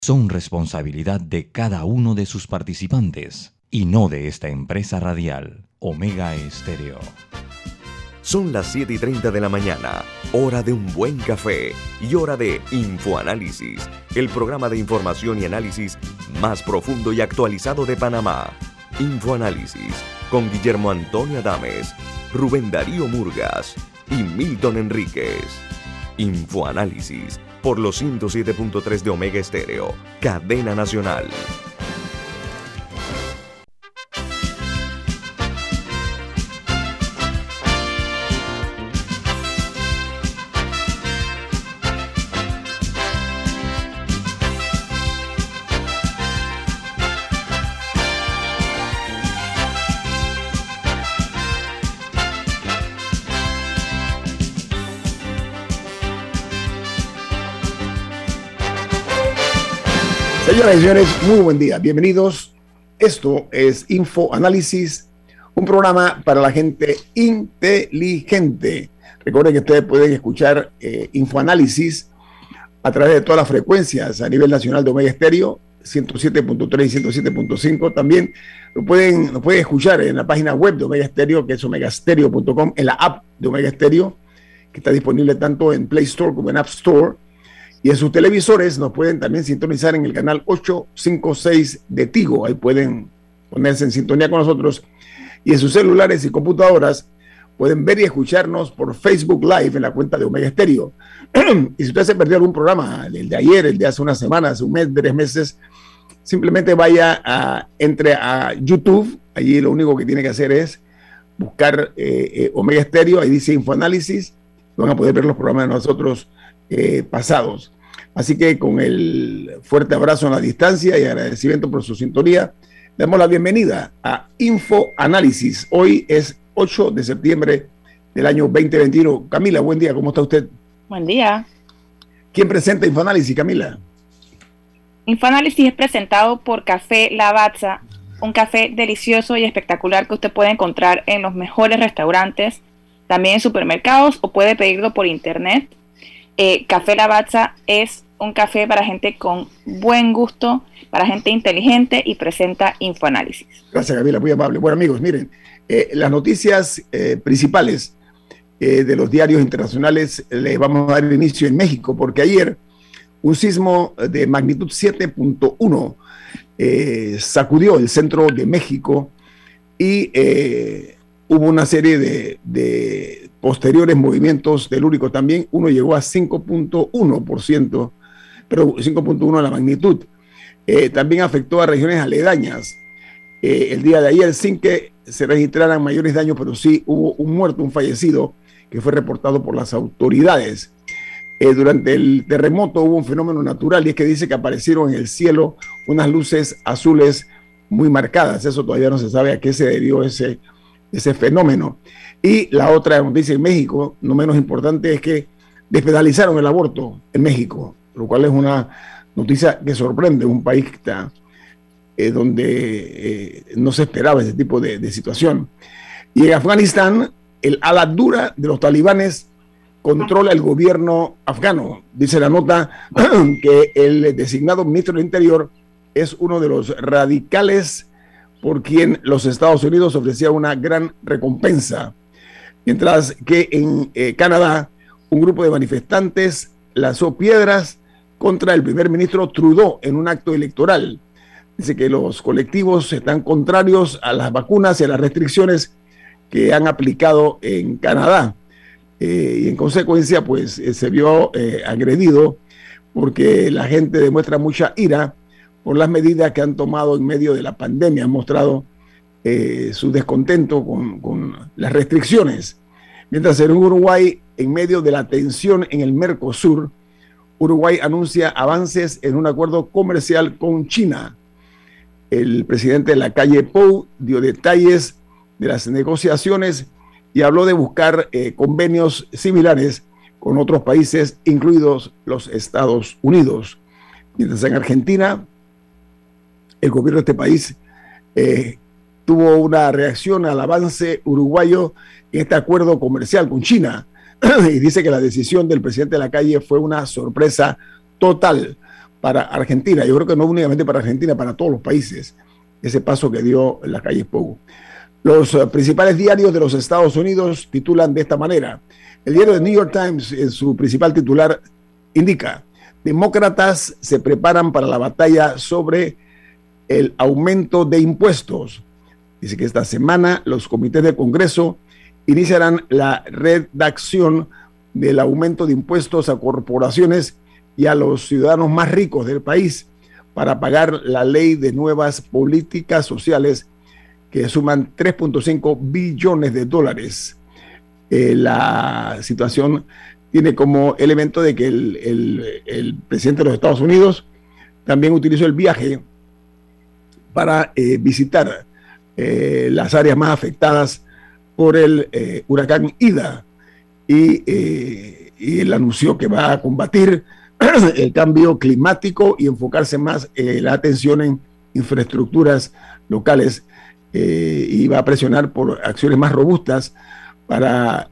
son responsabilidad de cada uno de sus participantes y no de esta empresa radial, Omega Estéreo. Son las 7:30 de la mañana, hora de un buen café y hora de Infoanálisis, el programa de información y análisis más profundo y actualizado de Panamá. Infoanálisis, con Guillermo Antonio Adames, Rubén Darío Murgas y Milton Enríquez. Infoanálisis, por los 107.3 de Omega Estéreo, cadena nacional. Señoras y señores, muy buen día. Bienvenidos. Esto es Infoanálisis, un programa para la gente inteligente. Recuerden que ustedes pueden escuchar Infoanálisis a través de todas las frecuencias a nivel nacional de Omega Estéreo, 107.3 y 107.5. También lo pueden escuchar en la página web de Omega Estéreo, que es omegastereo.com, en la app de Omega Estéreo, que está disponible tanto en Play Store como en App Store. Y en sus televisores nos pueden también sintonizar en el canal 856 de Tigo. Ahí pueden ponerse en sintonía con nosotros. Y en sus celulares y computadoras pueden ver y escucharnos por Facebook Live en la cuenta de Omega Estéreo. Y si usted se perdió algún programa, el de ayer, el de hace unas semanas, un mes, 3 meses, simplemente entre a YouTube. Allí lo único que tiene que hacer es buscar Omega Estéreo. Ahí dice Infoanálisis. Van a poder ver los programas de nosotros pasados. Así que con el fuerte abrazo en la distancia y agradecimiento por su sintonía, damos la bienvenida a Infoanálisis. Hoy es 8 de septiembre del año 2021. Camila, buen día, ¿cómo está usted? Buen día. ¿Quién presenta Infoanálisis, Camila? Infoanálisis es presentado por Café Lavazza, un café delicioso y espectacular que usted puede encontrar en los mejores restaurantes, también en supermercados, o puede pedirlo por internet. Café Lavazza es un café para gente con buen gusto, para gente inteligente, y presenta Infoanálisis. Gracias, Camila, muy amable. Bueno, amigos, miren, las noticias principales de los diarios internacionales les vamos a dar inicio en México, porque ayer un sismo de magnitud 7.1 sacudió el centro de México y hubo una serie de posteriores movimientos telúricos también. Uno llegó a 5.1%, pero 5.1 la magnitud. También afectó a regiones aledañas el día de ayer, sin que se registraran mayores daños, pero sí hubo un muerto, un fallecido, que fue reportado por las autoridades. Durante el terremoto hubo un fenómeno natural, y es que dice que aparecieron en el cielo unas luces azules muy marcadas. Eso todavía no se sabe a qué se debió ese fenómeno. Y la otra noticia en México, no menos importante, es que despenalizaron el aborto en México, lo cual es una noticia que sorprende, un país que está, donde no se esperaba ese tipo de situación. Y en Afganistán, el ala dura de los talibanes controla el gobierno afgano. Dice la nota que el designado ministro del Interior es uno de los radicales por quien los Estados Unidos ofrecían una gran recompensa. Mientras que en Canadá, un grupo de manifestantes lanzó piedras contra el primer ministro Trudeau en un acto electoral. Dice que los colectivos están contrarios a las vacunas y a las restricciones que han aplicado en Canadá. Y en consecuencia, pues se vio agredido, porque la gente demuestra mucha ira por las medidas que han tomado en medio de la pandemia. Han mostrado su descontento con las restricciones. Mientras en Uruguay, en medio de la tensión en el Mercosur, Uruguay anuncia avances en un acuerdo comercial con China. El presidente Lacalle Pou dio detalles de las negociaciones y habló de buscar convenios similares con otros países, incluidos los Estados Unidos. Mientras en Argentina, el gobierno de este país tuvo una reacción al avance uruguayo en este acuerdo comercial con China y dice que la decisión del presidente Lacalle fue una sorpresa total, para Argentina. Yo creo que no únicamente para Argentina, para todos los países, ese paso que dio la calle Pou. Los principales diarios de los Estados Unidos titulan de esta manera. El diario The New York Times, en su principal titular, indica: demócratas se preparan para la batalla sobre el aumento de impuestos. Dice que esta semana los comités del Congreso iniciarán la redacción del aumento de impuestos a corporaciones y a los ciudadanos más ricos del país para pagar la ley de nuevas políticas sociales que suman 3.5 billones de dólares. La situación tiene como elemento de que el presidente de los Estados Unidos también utilizó el viaje para visitar las áreas más afectadas por el huracán Ida, y él anunció que va a combatir el cambio climático y enfocarse más la atención en infraestructuras locales, y va a presionar por acciones más robustas para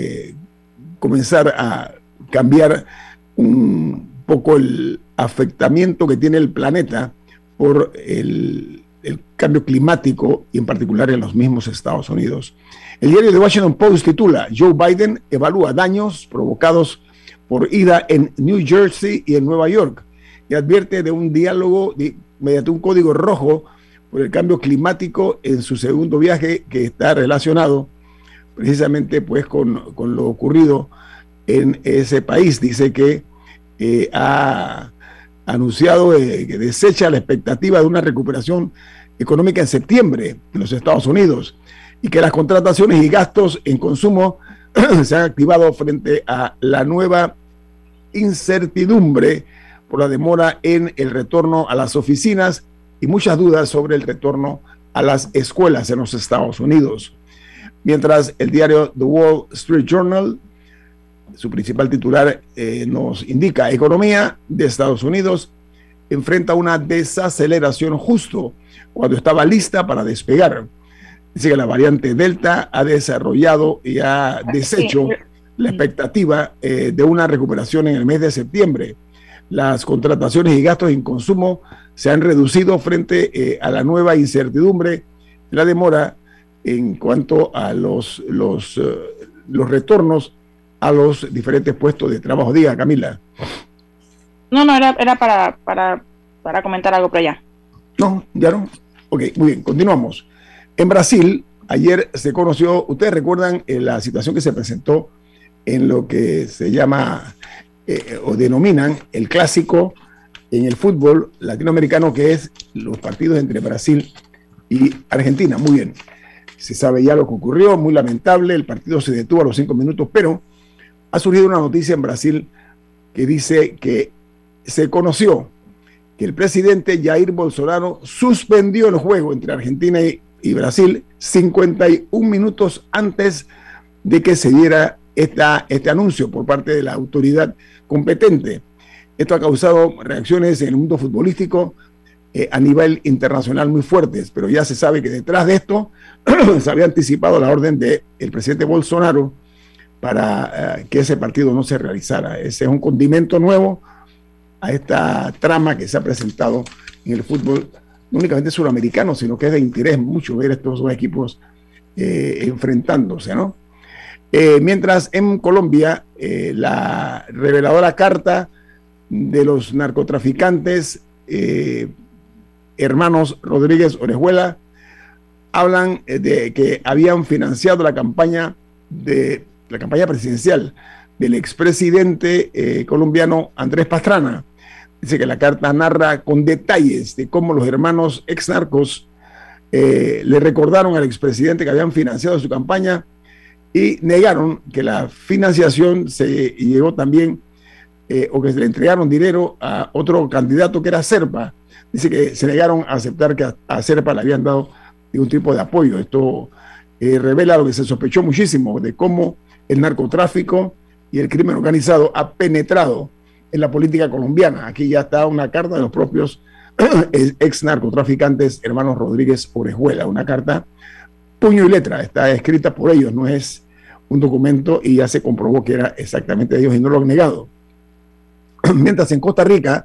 comenzar a cambiar un poco el afectamiento que tiene el planeta por el cambio climático, y en particular en los mismos Estados Unidos. El diario The Washington Post titula: Joe Biden evalúa daños provocados por Ida en New Jersey y en Nueva York, y advierte de un diálogo mediante un código rojo por el cambio climático en su segundo viaje, que está relacionado precisamente pues con lo ocurrido en ese país. Dice que ha anunciado que desecha la expectativa de una recuperación económica en septiembre en los Estados Unidos, y que las contrataciones y gastos en consumo se han activado frente a la nueva incertidumbre por la demora en el retorno a las oficinas y muchas dudas sobre el retorno a las escuelas en los Estados Unidos. Mientras el diario The Wall Street Journal, su principal titular, nos indica: economía de Estados Unidos enfrenta una desaceleración justo cuando estaba lista para despegar. Dice que la variante Delta ha desarrollado y ha deshecho la expectativa de una recuperación en el mes de septiembre. Las contrataciones y gastos en consumo se han reducido frente a la nueva incertidumbre, la demora en cuanto a los retornos a los diferentes puestos de trabajo. Diga, Camila. No, era para comentar algo por allá. No, ya no. Ok, muy bien, continuamos. En Brasil, ayer se conoció, ustedes recuerdan la situación que se presentó en lo que se llama o denominan el clásico en el fútbol latinoamericano, que es los partidos entre Brasil y Argentina. Muy bien, se sabe ya lo que ocurrió, muy lamentable, el partido se detuvo a los 5 minutos, pero ha surgido una noticia en Brasil que dice que se conoció que el presidente Jair Bolsonaro suspendió el juego entre Argentina y Brasil 51 minutos antes de que se diera este anuncio por parte de la autoridad competente. Esto ha causado reacciones en el mundo futbolístico a nivel internacional muy fuertes, pero ya se sabe que detrás de esto se había anticipado la orden del presidente Bolsonaro para que ese partido no se realizara. Ese es un condimento nuevo a esta trama que se ha presentado en el fútbol, no únicamente suramericano, sino que es de interés mucho ver estos dos equipos enfrentándose, ¿no? Mientras en Colombia, la reveladora carta de los narcotraficantes hermanos Rodríguez Orejuela hablan de que habían financiado la campaña presidencial del expresidente colombiano Andrés Pastrana. Dice que la carta narra con detalles de cómo los hermanos ex narcos le recordaron al expresidente que habían financiado su campaña y negaron que la financiación se llegó también o que se le entregaron dinero a otro candidato que era Serpa. Dice que se negaron a aceptar que a Serpa le habían dado ningún tipo de apoyo. Esto revela lo que se sospechó muchísimo de cómo el narcotráfico y el crimen organizado ha penetrado en la política colombiana. Aquí ya está una carta de los propios ex narcotraficantes hermanos Rodríguez Orejuela, una carta puño y letra, está escrita por ellos, no es un documento, y ya se comprobó que era exactamente de ellos y no lo han negado. Mientras en Costa Rica,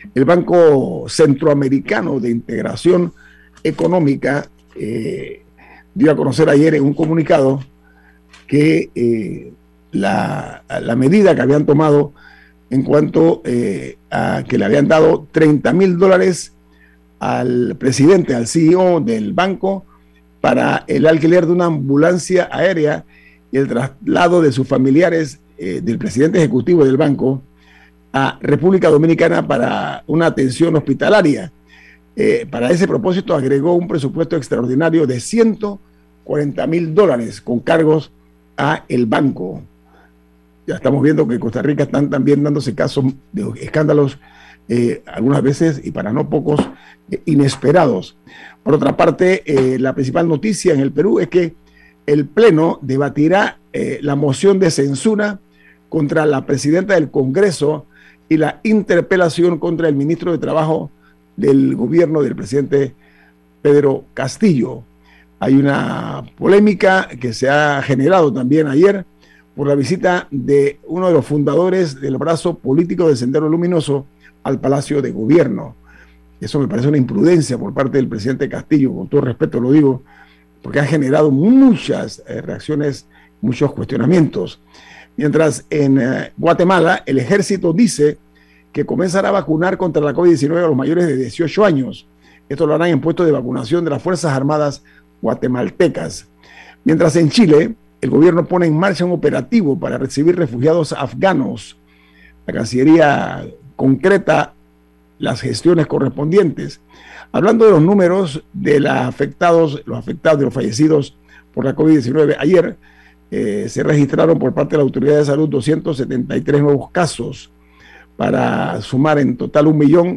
El Banco Centroamericano de Integración Económica dio a conocer ayer en un comunicado que la medida que habían tomado en cuanto a que le habían dado $30,000 al presidente, al CEO del banco, para el alquiler de una ambulancia aérea y el traslado de sus familiares del presidente ejecutivo del banco a República Dominicana para una atención hospitalaria. Para ese propósito agregó un presupuesto extraordinario de $140,000 con cargos a el banco. Ya estamos viendo que en Costa Rica están también dándose casos de escándalos, algunas veces y para no pocos, inesperados. Por otra parte, la principal noticia en el Perú es que el Pleno debatirá la moción de censura contra la presidenta del Congreso y la interpelación contra el ministro de Trabajo del gobierno del presidente Pedro Castillo. Hay una polémica que se ha generado también ayer por la visita de uno de los fundadores del brazo político del Sendero Luminoso al Palacio de Gobierno. Eso me parece una imprudencia por parte del presidente Castillo, con todo respeto lo digo, porque ha generado muchas reacciones, muchos cuestionamientos. Mientras en Guatemala el ejército dice que comenzará a vacunar contra la COVID-19 a los mayores de 18 años. Esto lo harán en puestos de vacunación de las Fuerzas Armadas guatemaltecas. Mientras en Chile el gobierno pone en marcha un operativo para recibir refugiados afganos. La Cancillería concreta las gestiones correspondientes. Hablando de los números de los afectados, de los fallecidos por la COVID-19, ayer se registraron por parte de la Autoridad de Salud 273 nuevos casos, para sumar en total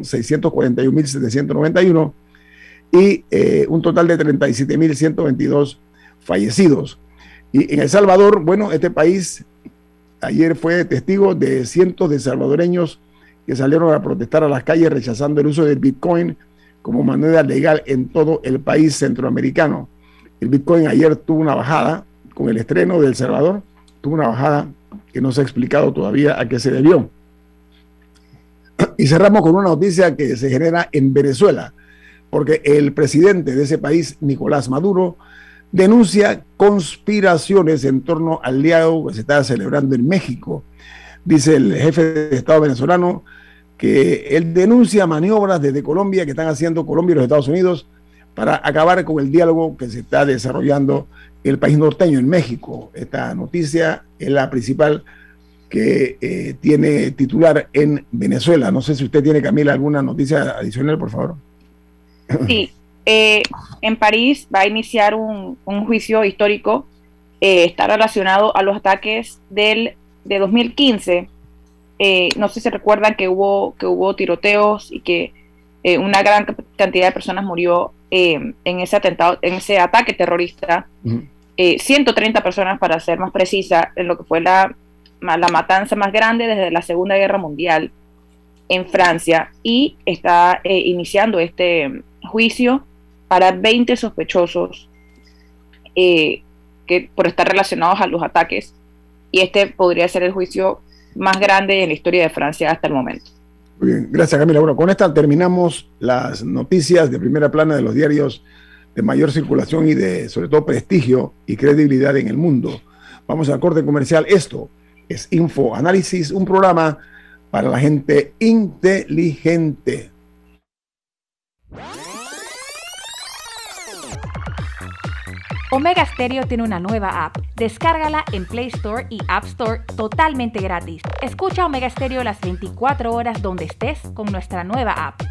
1.641.791 y un total de 37.122 fallecidos. Y en El Salvador, bueno, este país ayer fue testigo de cientos de salvadoreños que salieron a protestar a las calles rechazando el uso del Bitcoin como moneda legal en todo el país centroamericano. El Bitcoin ayer tuvo una bajada, con el estreno de El Salvador, tuvo una bajada que no se ha explicado todavía a qué se debió. Y cerramos con una noticia que se genera en Venezuela, porque el presidente de ese país, Nicolás Maduro, denuncia conspiraciones en torno al diálogo que se está celebrando en México. Dice el jefe de Estado venezolano que él denuncia maniobras desde Colombia que están haciendo Colombia y los Estados Unidos para acabar con el diálogo que se está desarrollando en el país norteño, en México. Esta noticia es la principal que tiene titular en Venezuela. No sé si usted tiene, Camila, alguna noticia adicional, por favor. Sí, en París va a iniciar un juicio histórico, está relacionado a los ataques de 2015. No sé si se recuerdan que hubo tiroteos y que una gran cantidad de personas murió en ese atentado, en ese ataque terrorista. 130 personas, para ser más precisa, en lo que fue la matanza más grande desde la Segunda Guerra Mundial en Francia, y está iniciando este juicio para 20 sospechosos que por estar relacionados a los ataques, y este podría ser el juicio más grande en la historia de Francia hasta el momento. Muy bien, gracias, Camila. Bueno, con esta terminamos las noticias de primera plana de los diarios de mayor circulación y de, sobre todo, prestigio y credibilidad en el mundo. Vamos al corte comercial. Esto es Infoanálisis, un programa para la gente inteligente. Omega Stereo tiene una nueva app. Descárgala en Play Store y App Store totalmente gratis. Escucha Omega Stereo las 24 horas donde estés con nuestra nueva app.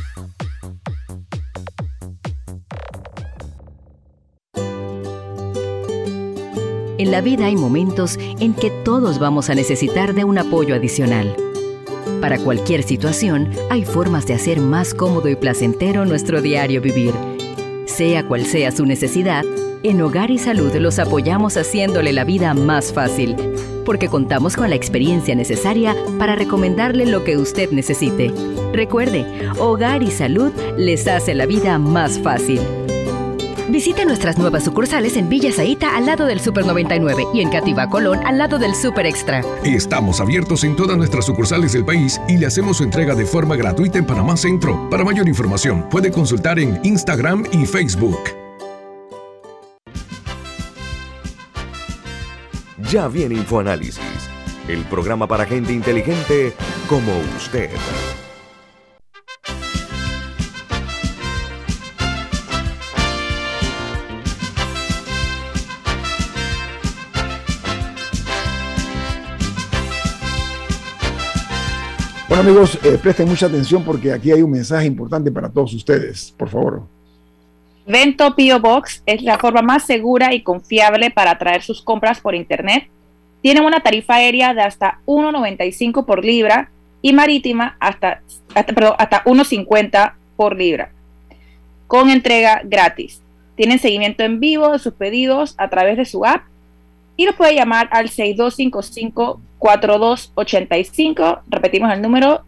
En la vida hay momentos en que todos vamos a necesitar de un apoyo adicional. Para cualquier situación, hay formas de hacer más cómodo y placentero nuestro diario vivir. Sea cual sea su necesidad, en Hogar y Salud los apoyamos haciéndole la vida más fácil, porque contamos con la experiencia necesaria para recomendarle lo que usted necesite. Recuerde, Hogar y Salud les hace la vida más fácil. Visite nuestras nuevas sucursales en Villa Zaita al lado del Super 99 y en Cativa Colón al lado del Super Extra. Estamos abiertos en todas nuestras sucursales del país y le hacemos su entrega de forma gratuita en Panamá Centro. Para mayor información, puede consultar en Instagram y Facebook. Ya viene InfoAnálisis, el programa para gente inteligente como usted. Bueno, amigos, presten mucha atención porque aquí hay un mensaje importante para todos ustedes, por favor. Vento P.O. Box es la forma más segura y confiable para traer sus compras por internet. Tienen una tarifa aérea de hasta $1.95 por libra y marítima hasta $1.50 por libra, con entrega gratis. Tienen seguimiento en vivo de sus pedidos a través de su app y los puede llamar al 6255-4285. Repetimos el número,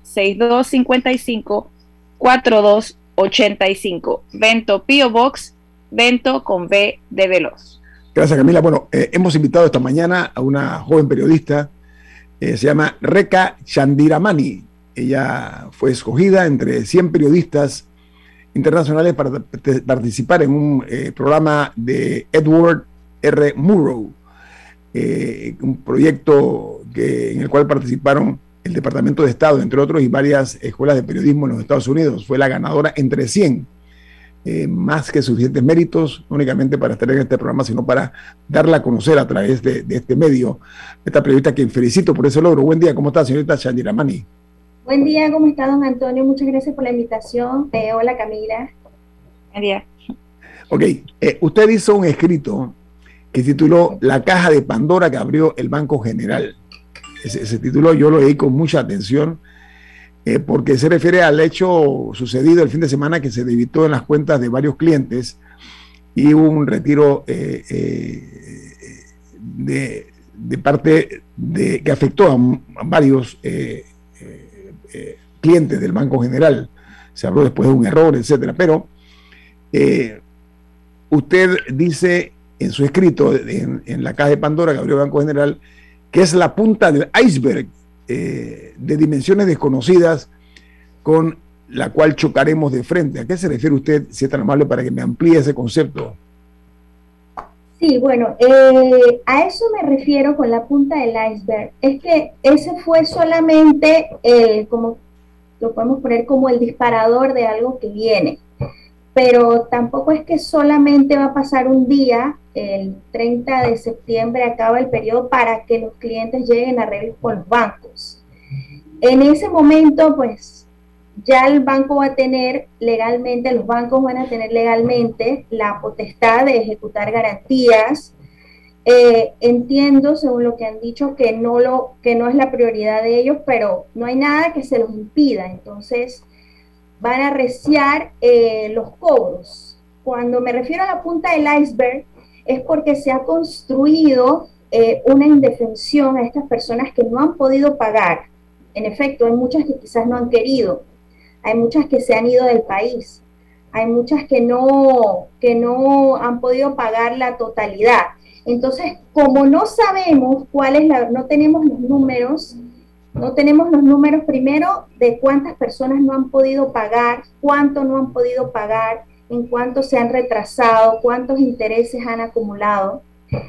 6255-4285. Vento P.O. Box, Vento con V de Veloz. Gracias, Camila. Bueno, hemos invitado esta mañana a una joven periodista, se llama Rekha Chandiramani. Ella fue escogida entre 100 periodistas internacionales para participar en un programa de Edward R. Murrow, un proyecto en el cual participaron el Departamento de Estado, entre otros, y varias escuelas de periodismo en los Estados Unidos. Fue la ganadora entre 100. Más que suficientes méritos, no únicamente para estar en este programa, sino para darla a conocer a través de este medio. Esta periodista que felicito por ese logro. Buen día, ¿cómo está, señorita Chandiramani? Buen día, ¿cómo está, don Antonio? Muchas gracias por la invitación. Hola, Camila. Buen día. Ok, usted hizo un escrito que tituló La caja de Pandora que abrió el Banco General. Ese título yo lo leí con mucha atención, porque se refiere al hecho sucedido el fin de semana, que se debitó en las cuentas de varios clientes y hubo un retiro de parte que afectó a varios clientes del Banco General. Se habló después de un error, etcétera. Pero usted dice en su escrito en la caja de Pandora que abrió el Banco General que es la punta del iceberg de dimensiones desconocidas con la cual chocaremos de frente. ¿A qué se refiere usted, si es tan amable, para que me amplíe ese concepto? Sí, bueno, a eso me refiero con la punta del iceberg. Es que ese fue solamente como lo podemos poner como el disparador de algo que viene. Pero tampoco es que solamente va a pasar un día, el 30 de septiembre acaba el periodo para que los clientes lleguen a arreglos con los bancos. En ese momento, pues, ya el banco va a tener legalmente, los bancos van a tener legalmente la potestad de ejecutar garantías. Entiendo, según lo que han dicho, que no es la prioridad de ellos, pero no hay nada que se los impida. Entonces, van a arreciar los cobros. Cuando me refiero a la punta del iceberg, es porque se ha construido una indefensión a estas personas que no han podido pagar. En efecto, hay muchas que quizás no han querido, hay muchas que se han ido del país, hay muchas que no han podido pagar la totalidad. Entonces, como no sabemos no tenemos los números primero de cuántas personas no han podido pagar, cuánto no han podido pagar, en cuánto se han retrasado, cuántos intereses han acumulado.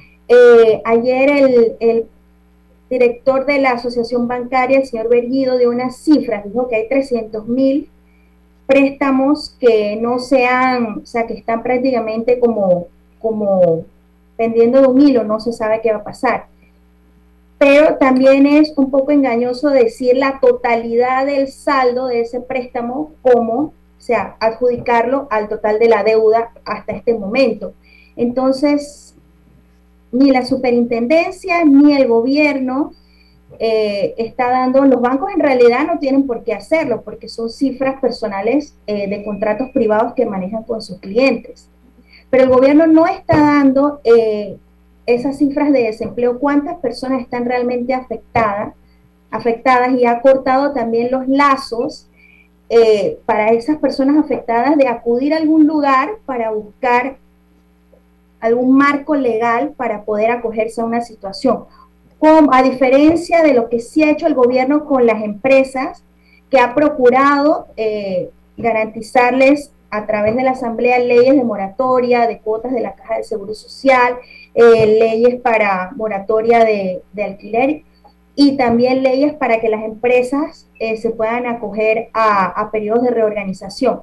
Ayer el director de la Asociación Bancaria, el señor Berguido, dio unas cifras, dijo que hay 300,000 préstamos que no que están prácticamente como pendiendo de un hilo, no se sabe qué va a pasar. Pero también es un poco engañoso decir la totalidad del saldo de ese préstamo adjudicarlo al total de la deuda hasta este momento. Entonces, ni la superintendencia ni el gobierno está dando, los bancos en realidad no tienen por qué hacerlo, porque son cifras personales de contratos privados que manejan con sus clientes. Pero el gobierno no está dando esas cifras de desempleo, cuántas personas están realmente afectadas y ha cortado también los lazos para esas personas afectadas de acudir a algún lugar para buscar algún marco legal para poder acogerse a una situación. A diferencia de lo que sí ha hecho el gobierno con las empresas, que ha procurado garantizarles a través de la Asamblea leyes de moratoria, de cuotas de la Caja de Seguro Social, leyes para moratoria de alquiler y también leyes para que las empresas se puedan acoger a periodos de reorganización.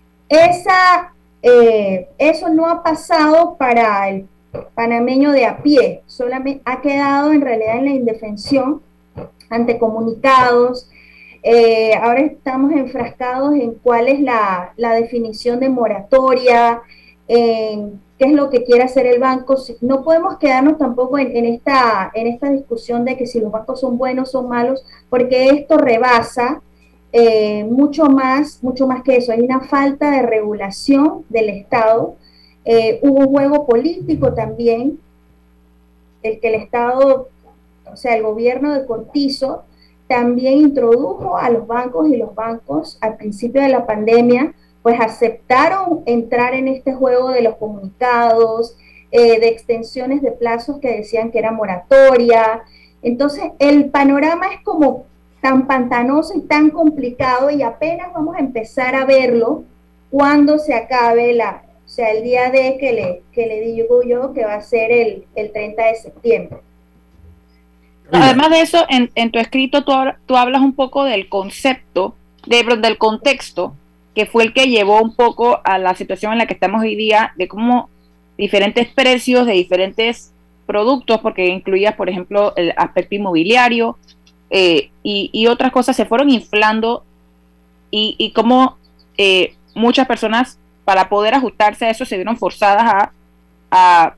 Eso no ha pasado para el panameño de a pie, solamente ha quedado en realidad en la indefensión ante comunicados. Ahora estamos enfrascados en cuál es la definición de moratoria, en qué es lo que quiere hacer el banco. No podemos quedarnos tampoco en esta discusión de que si los bancos son buenos o son malos, porque esto rebasa mucho más que eso. Hay una falta de regulación del Estado. Hubo un juego político también, el que el Estado, o sea, el gobierno de Cortizo, también introdujo a los bancos, y los bancos al principio de la pandemia pues aceptaron entrar en este juego de los comunicados, de extensiones de plazos que decían que era moratoria. Entonces el panorama es como tan pantanoso y tan complicado, y apenas vamos a empezar a verlo cuando se acabe el día D que le digo yo, que va a ser el 30 de septiembre. Además de eso, en tu escrito tú hablas un poco del concepto, del contexto, que fue el que llevó un poco a la situación en la que estamos hoy día, de cómo diferentes precios de diferentes productos, porque incluías, por ejemplo, el aspecto inmobiliario y otras cosas se fueron inflando, y cómo muchas personas, para poder ajustarse a eso, se vieron forzadas a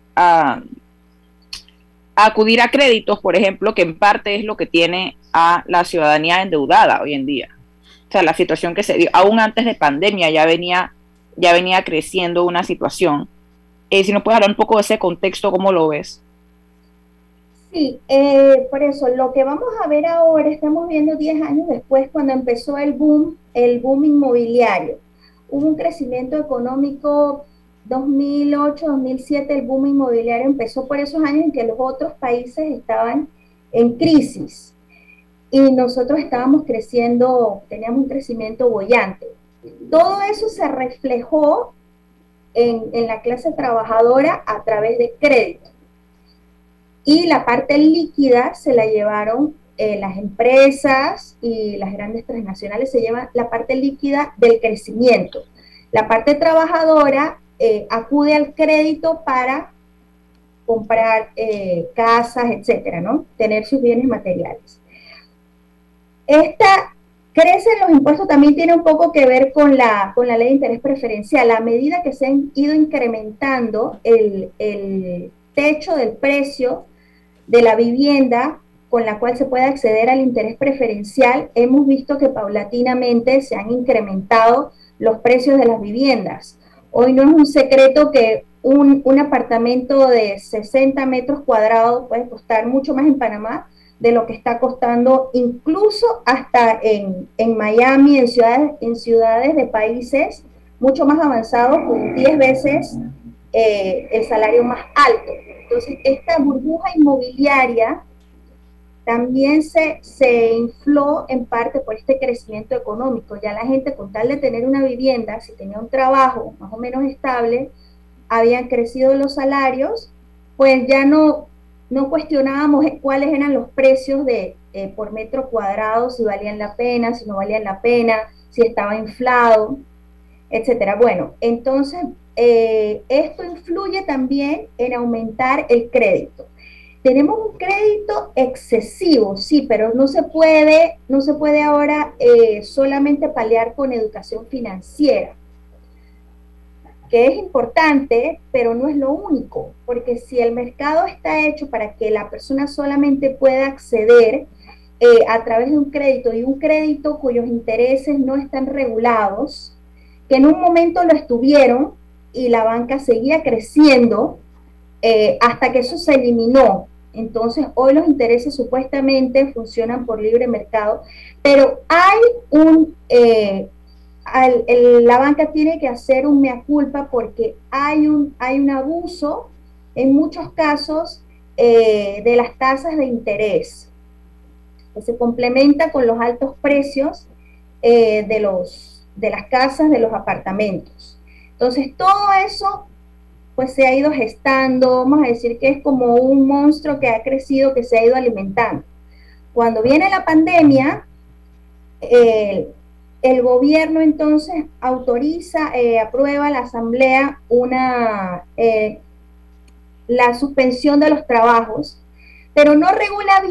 acudir a créditos, por ejemplo, que en parte es lo que tiene a la ciudadanía endeudada hoy en día. O sea, la situación que se dio, aún antes de pandemia, ya venía creciendo una situación. Si nos puedes hablar un poco de ese contexto, ¿cómo lo ves? Sí, por eso, lo que vamos a ver ahora, estamos viendo 10 años después, cuando empezó el boom inmobiliario. Hubo un crecimiento económico 2008, 2007, el boom inmobiliario empezó por esos años en que los otros países estaban en crisis y nosotros estábamos creciendo, teníamos un crecimiento boyante. Todo eso se reflejó en la clase trabajadora a través de crédito, y la parte líquida se la llevaron las empresas y las grandes transnacionales, se llevan la parte líquida del crecimiento. La parte trabajadora acude al crédito para comprar casas, etcétera, ¿no? Tener sus bienes materiales. Crecen los impuestos, también tiene un poco que ver con la ley de interés preferencial. A medida que se han ido incrementando el techo del precio de la vivienda con la cual se puede acceder al interés preferencial, hemos visto que paulatinamente se han incrementado los precios de las viviendas. Hoy no es un secreto que un apartamento de 60 metros cuadrados puede costar mucho más en Panamá de lo que está costando incluso hasta en Miami, en ciudades de países mucho más avanzados, con 10 veces el salario más alto. Entonces, esta burbuja inmobiliaria también se infló en parte por este crecimiento económico. Ya la gente, con tal de tener una vivienda, si tenía un trabajo más o menos estable, habían crecido los salarios, pues ya no cuestionábamos cuáles eran los precios por metro cuadrado, si valían la pena, si no valían la pena, si estaba inflado, etcétera. Bueno, entonces esto influye también en aumentar el crédito. Tenemos un crédito excesivo, sí, pero no se puede ahora solamente paliar con educación financiera, que es importante, pero no es lo único, porque si el mercado está hecho para que la persona solamente pueda acceder a través de un crédito, y un crédito cuyos intereses no están regulados, que en un momento lo estuvieron y la banca seguía creciendo hasta que eso se eliminó. Entonces hoy los intereses supuestamente funcionan por libre mercado, pero hay la banca tiene que hacer un mea culpa porque hay un abuso en muchos casos de las tasas de interés, que se complementa con los altos precios de las casas, de los apartamentos. Entonces, todo eso pues se ha ido gestando, vamos a decir que es como un monstruo que ha crecido, que se ha ido alimentando. Cuando viene la pandemia, el gobierno entonces autoriza, aprueba la asamblea la suspensión de los trabajos, pero no regula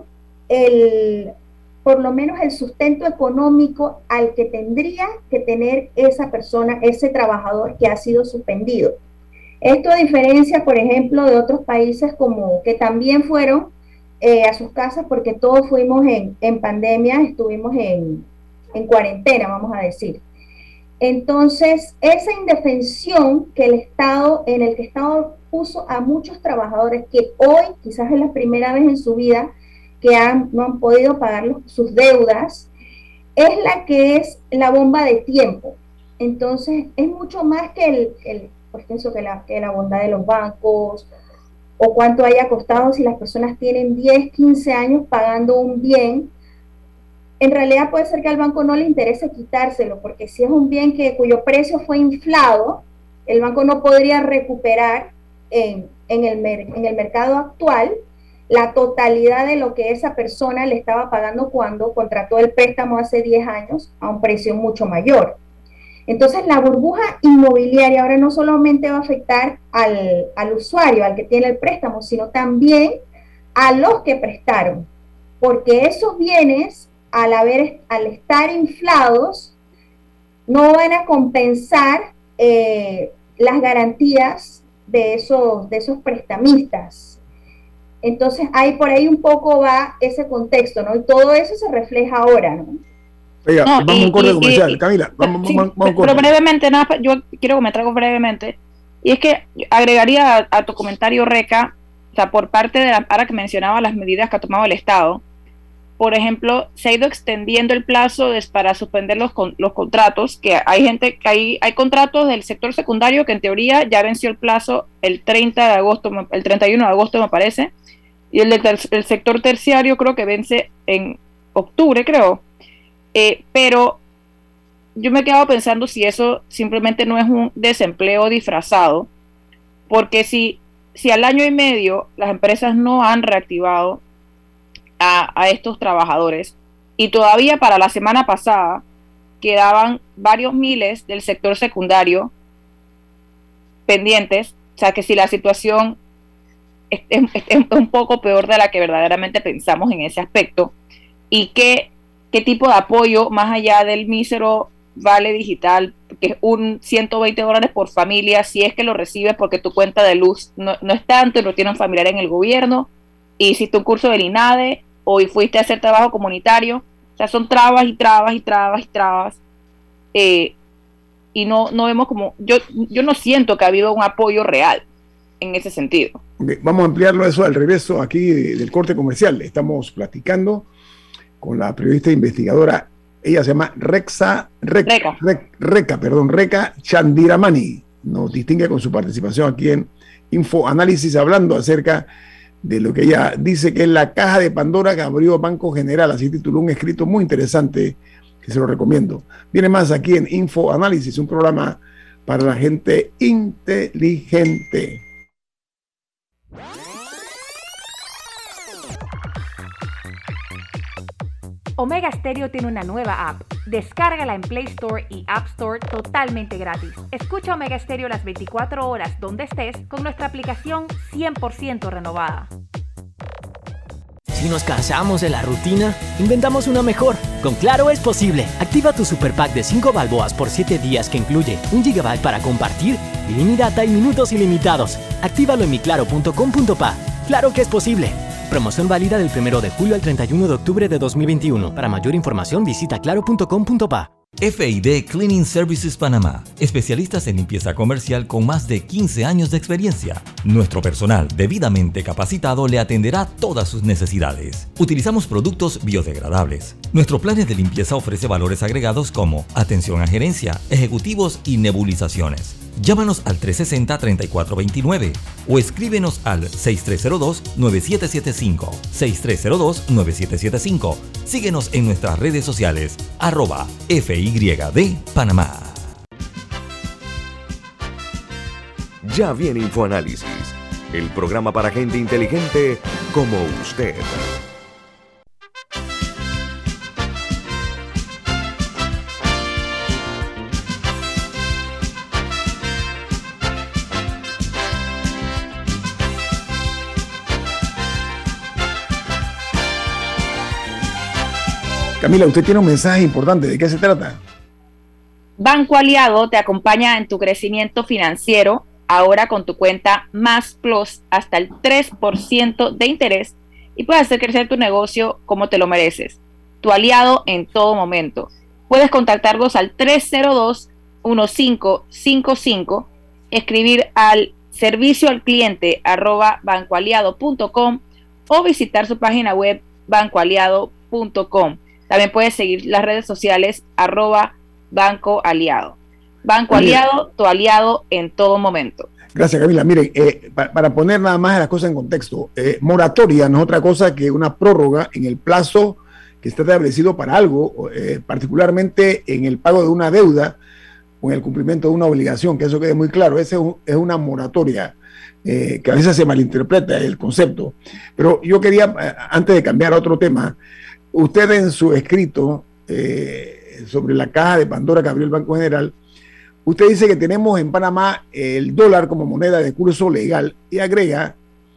bien por lo menos el sustento económico al que tendría que tener esa persona, ese trabajador que ha sido suspendido. Esto a diferencia, por ejemplo, de otros países como que también fueron a sus casas porque todos fuimos en pandemia, estuvimos en cuarentena, vamos a decir. Entonces, esa indefensión que en el que el Estado puso a muchos trabajadores que hoy, quizás es la primera vez en su vida, que no han podido pagar sus deudas, es la que es la bomba de tiempo. Entonces, es mucho más que pues pienso que la bondad de los bancos, o cuánto haya costado si las personas tienen 10, 15 años pagando un bien. En realidad puede ser que al banco no le interese quitárselo, porque si es un bien cuyo precio fue inflado, el banco no podría recuperar en el mercado actual la totalidad de lo que esa persona le estaba pagando cuando contrató el préstamo hace 10 años a un precio mucho mayor. Entonces la burbuja inmobiliaria ahora no solamente va a afectar al usuario, al que tiene el préstamo, sino también a los que prestaron, porque esos bienes al estar inflados no van a compensar las garantías de esos prestamistas. Entonces, por ahí un poco va ese contexto, ¿no? Y todo eso se refleja ahora, ¿no? Oiga, vamos a un corte comercial, Camila. Vamos a un corte. Pero brevemente, yo quiero comentar algo brevemente, y es que agregaría a tu comentario, Reca, o sea, por parte de ahora que mencionaba las medidas que ha tomado el Estado, por ejemplo, se ha ido extendiendo el plazo para suspender los contratos, que hay contratos del sector secundario que en teoría ya venció el plazo el 31 de agosto me parece, y el sector terciario creo que vence en octubre, creo. Pero yo me he quedado pensando si eso simplemente no es un desempleo disfrazado, porque si al año y medio las empresas no han reactivado a estos trabajadores, y todavía para la semana pasada quedaban varios miles del sector secundario pendientes, o sea que si la situación es un poco peor de la que verdaderamente pensamos en ese aspecto, y qué tipo de apoyo, más allá del mísero vale digital, que es un $120 por familia, si es que lo recibes porque tu cuenta de luz no es tanto y no tiene un familiar en el gobierno, y hiciste un curso del INADE, o fuiste a hacer trabajo comunitario, o sea, son trabas y trabas y trabas y trabas, y no vemos como, yo no siento que ha habido un apoyo real en ese sentido. Okay, vamos a ampliarlo eso al regreso aquí del corte comercial. Estamos platicando con la periodista e investigadora, ella se llama Reca Chandiramani, nos distingue con su participación aquí en Infoanálisis, hablando acerca de lo que ella dice que es la caja de Pandora que abrió Banco General, así tituló un escrito muy interesante que se lo recomiendo. Viene más aquí en Infoanálisis, un programa para la gente inteligente. Omega Stereo tiene una nueva app. Descárgala en Play Store y App Store totalmente gratis. Escucha Omega Stereo las 24 horas donde estés con nuestra aplicación 100% renovada. Si nos cansamos de la rutina, inventamos una mejor. Con Claro es posible. Activa tu super pack de 5 balboas por 7 días que incluye 1 GB para compartir, ilimitada y minutos ilimitados. Actívalo en miclaro.com.pa. Claro que es posible. Promoción válida del 1 de julio al 31 de octubre de 2021. Para mayor información visita claro.com.pa. FID Cleaning Services Panamá, especialistas en limpieza comercial con más de 15 años de experiencia. Nuestro personal debidamente capacitado le atenderá todas sus necesidades. Utilizamos productos biodegradables. Nuestro plan de limpieza ofrece valores agregados como atención a gerencia, ejecutivos y nebulizaciones. Llámanos al 360-3429 o escríbenos al 6302-9775. 6302-9775. Síguenos en nuestras redes sociales, @FYD Panamá. Ya viene InfoAnálisis, el programa para gente inteligente como usted. Camila, usted tiene un mensaje importante. ¿De qué se trata? Banco Aliado te acompaña en tu crecimiento financiero, ahora con tu cuenta Más Plus hasta el 3% de interés y puedes hacer crecer tu negocio como te lo mereces. Tu aliado en todo momento. Puedes contactarlos al 302-1555, escribir al servicio al cliente @bancoaliado.com o visitar su página web bancoaliado.com. También puedes seguir las redes sociales @Banco Aliado. Banco Aliado, tu aliado en todo momento. Gracias, Camila. Miren, para poner nada más las cosas en contexto, moratoria no es otra cosa que una prórroga en el plazo que está establecido para algo, particularmente en el pago de una deuda o en el cumplimiento de una obligación, que eso quede muy claro. Esa es una moratoria, que a veces se malinterpreta el concepto. Pero yo quería, antes de cambiar a otro tema, usted en su escrito sobre la caja de Pandora que abrió el Banco General, usted dice que tenemos en Panamá el dólar como moneda de curso legal y agrega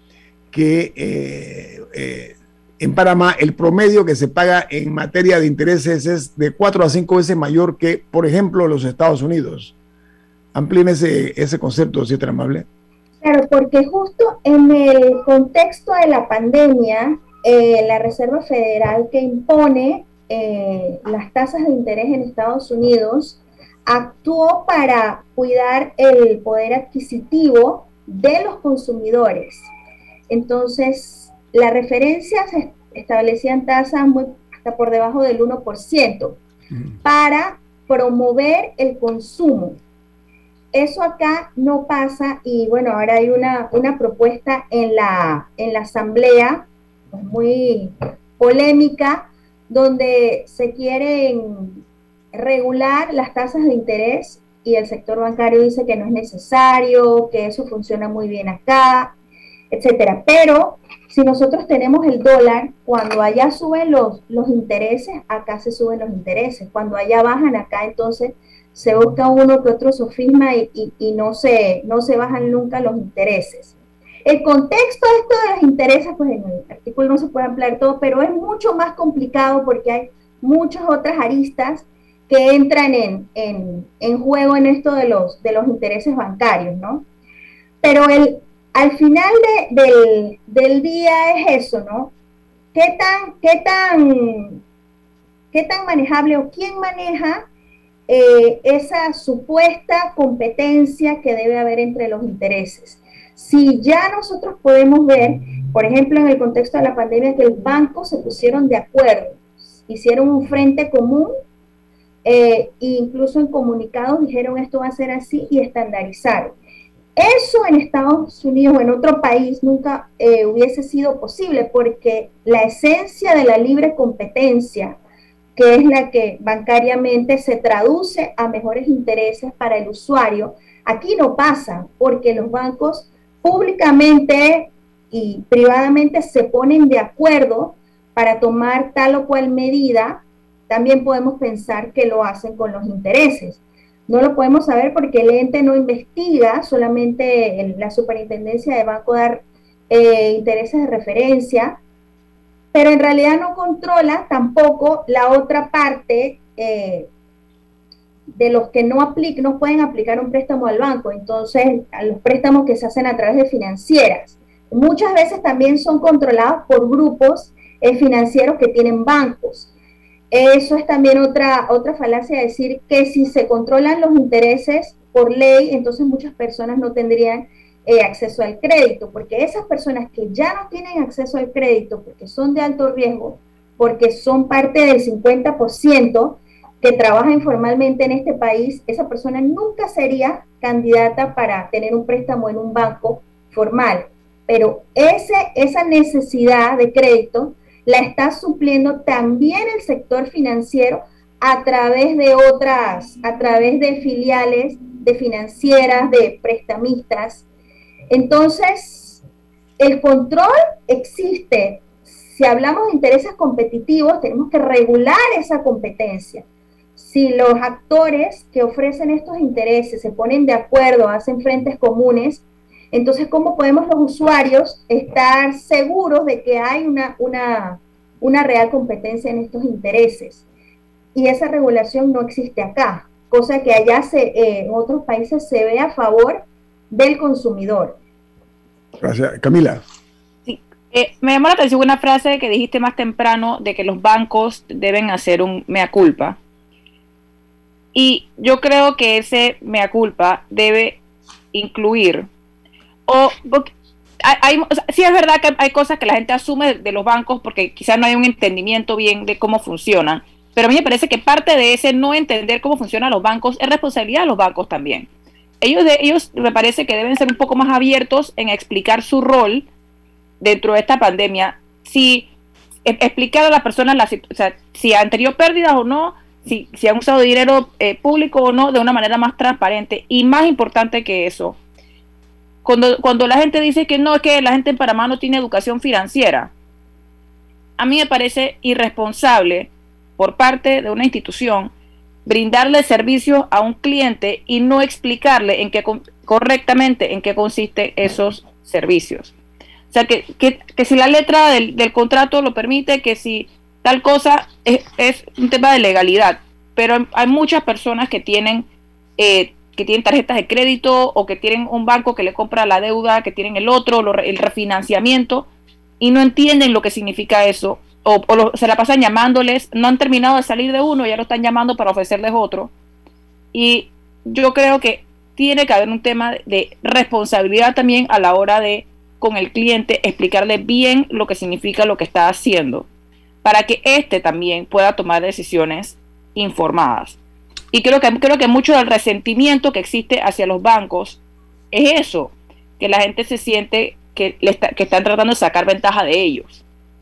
que en Panamá el promedio que se paga en materia de intereses es de 4 a 5 veces mayor que, por ejemplo, los Estados Unidos. Amplíen ese concepto, si es tan amable. Claro, porque justo en el contexto de la pandemia, la Reserva Federal que impone las tasas de interés en Estados Unidos actuó para cuidar el poder adquisitivo de los consumidores. Entonces, las referencias establecían tasas hasta por debajo del 1% para promover el consumo. Eso acá no pasa y bueno, ahora hay una propuesta en la Asamblea muy polémica donde se quieren regular las tasas de interés y el sector bancario dice que no es necesario, que eso funciona muy bien acá, etcétera. Pero si nosotros tenemos el dólar, cuando allá suben los intereses, acá se suben los intereses. Cuando allá bajan, acá entonces se busca uno que otro sofisma y no se bajan nunca los intereses. El contexto de esto de los intereses, pues en el artículo no se puede ampliar todo, pero es mucho más complicado porque hay muchas otras aristas que entran en juego en esto de los intereses bancarios, ¿no? Pero al final del día es eso, ¿no? ¿Qué tan manejable o quién maneja esa supuesta competencia que debe haber entre los intereses? Si ya nosotros podemos ver, por ejemplo, en el contexto de la pandemia, que los bancos se pusieron de acuerdo, hicieron un frente común, e incluso en comunicados dijeron esto va a ser así y estandarizaron. Eso en Estados Unidos o en otro país nunca hubiese sido posible porque la esencia de la libre competencia, que es la que bancariamente se traduce a mejores intereses para el usuario, aquí no pasa porque los bancos públicamente y privadamente se ponen de acuerdo para tomar tal o cual medida. También podemos pensar que lo hacen con los intereses. No lo podemos saber porque el ente no investiga, solamente la superintendencia de banco da intereses de referencia, pero en realidad no controla tampoco la otra parte de los que no pueden aplicar un préstamo al banco, entonces a los préstamos que se hacen a través de financieras. Muchas veces también son controlados por grupos financieros que tienen bancos. Eso es también otra falacia, decir que si se controlan los intereses por ley, entonces muchas personas no tendrían acceso al crédito, porque esas personas que ya no tienen acceso al crédito porque son de alto riesgo, porque son parte del 50% que trabaja informalmente en este país, esa persona nunca sería candidata para tener un préstamo en un banco formal. Pero esa necesidad de crédito la está supliendo también el sector financiero a través de filiales, de financieras, de prestamistas. Entonces, el control existe. Si hablamos de intereses competitivos, tenemos que regular esa competencia. Si los actores que ofrecen estos intereses se ponen de acuerdo, hacen frentes comunes, entonces, ¿cómo podemos los usuarios estar seguros de que hay una real competencia en estos intereses? Y esa regulación no existe acá, cosa que allá en otros países se ve a favor del consumidor. Gracias. Camila. Sí. Me llamó la atención una frase que dijiste más temprano de que los bancos deben hacer un mea culpa. Y yo creo que ese mea culpa debe incluir sí es verdad que hay cosas que la gente asume de los bancos porque quizás no hay un entendimiento bien de cómo funcionan, pero a mí me parece que parte de ese no entender cómo funcionan los bancos es responsabilidad de los bancos también. Ellos me parece que deben ser un poco más abiertos en explicar su rol dentro de esta pandemia, explicar a las personas si han tenido pérdidas o no, si han usado dinero público o no, de una manera más transparente. Y más importante que eso, cuando la gente dice que no, es que la gente en Panamá no tiene educación financiera, a mí me parece irresponsable por parte de una institución brindarle servicios a un cliente y no explicarle correctamente en qué consisten esos servicios. O sea, que si la letra del contrato lo permite, que si tal cosa es un tema de legalidad, pero hay muchas personas que tienen tarjetas de crédito o que tienen un banco que le compra la deuda, que tienen el refinanciamiento y no entienden lo que significa eso se la pasan llamándoles, no han terminado de salir de uno, ya lo están llamando para ofrecerles otro. Y yo creo que tiene que haber un tema de responsabilidad también a la hora de, con el cliente, explicarle bien lo que significa lo que está haciendo, para que éste también pueda tomar decisiones informadas. Y creo que mucho del resentimiento que existe hacia los bancos es eso, que la gente se siente que están tratando de sacar ventaja de ellos.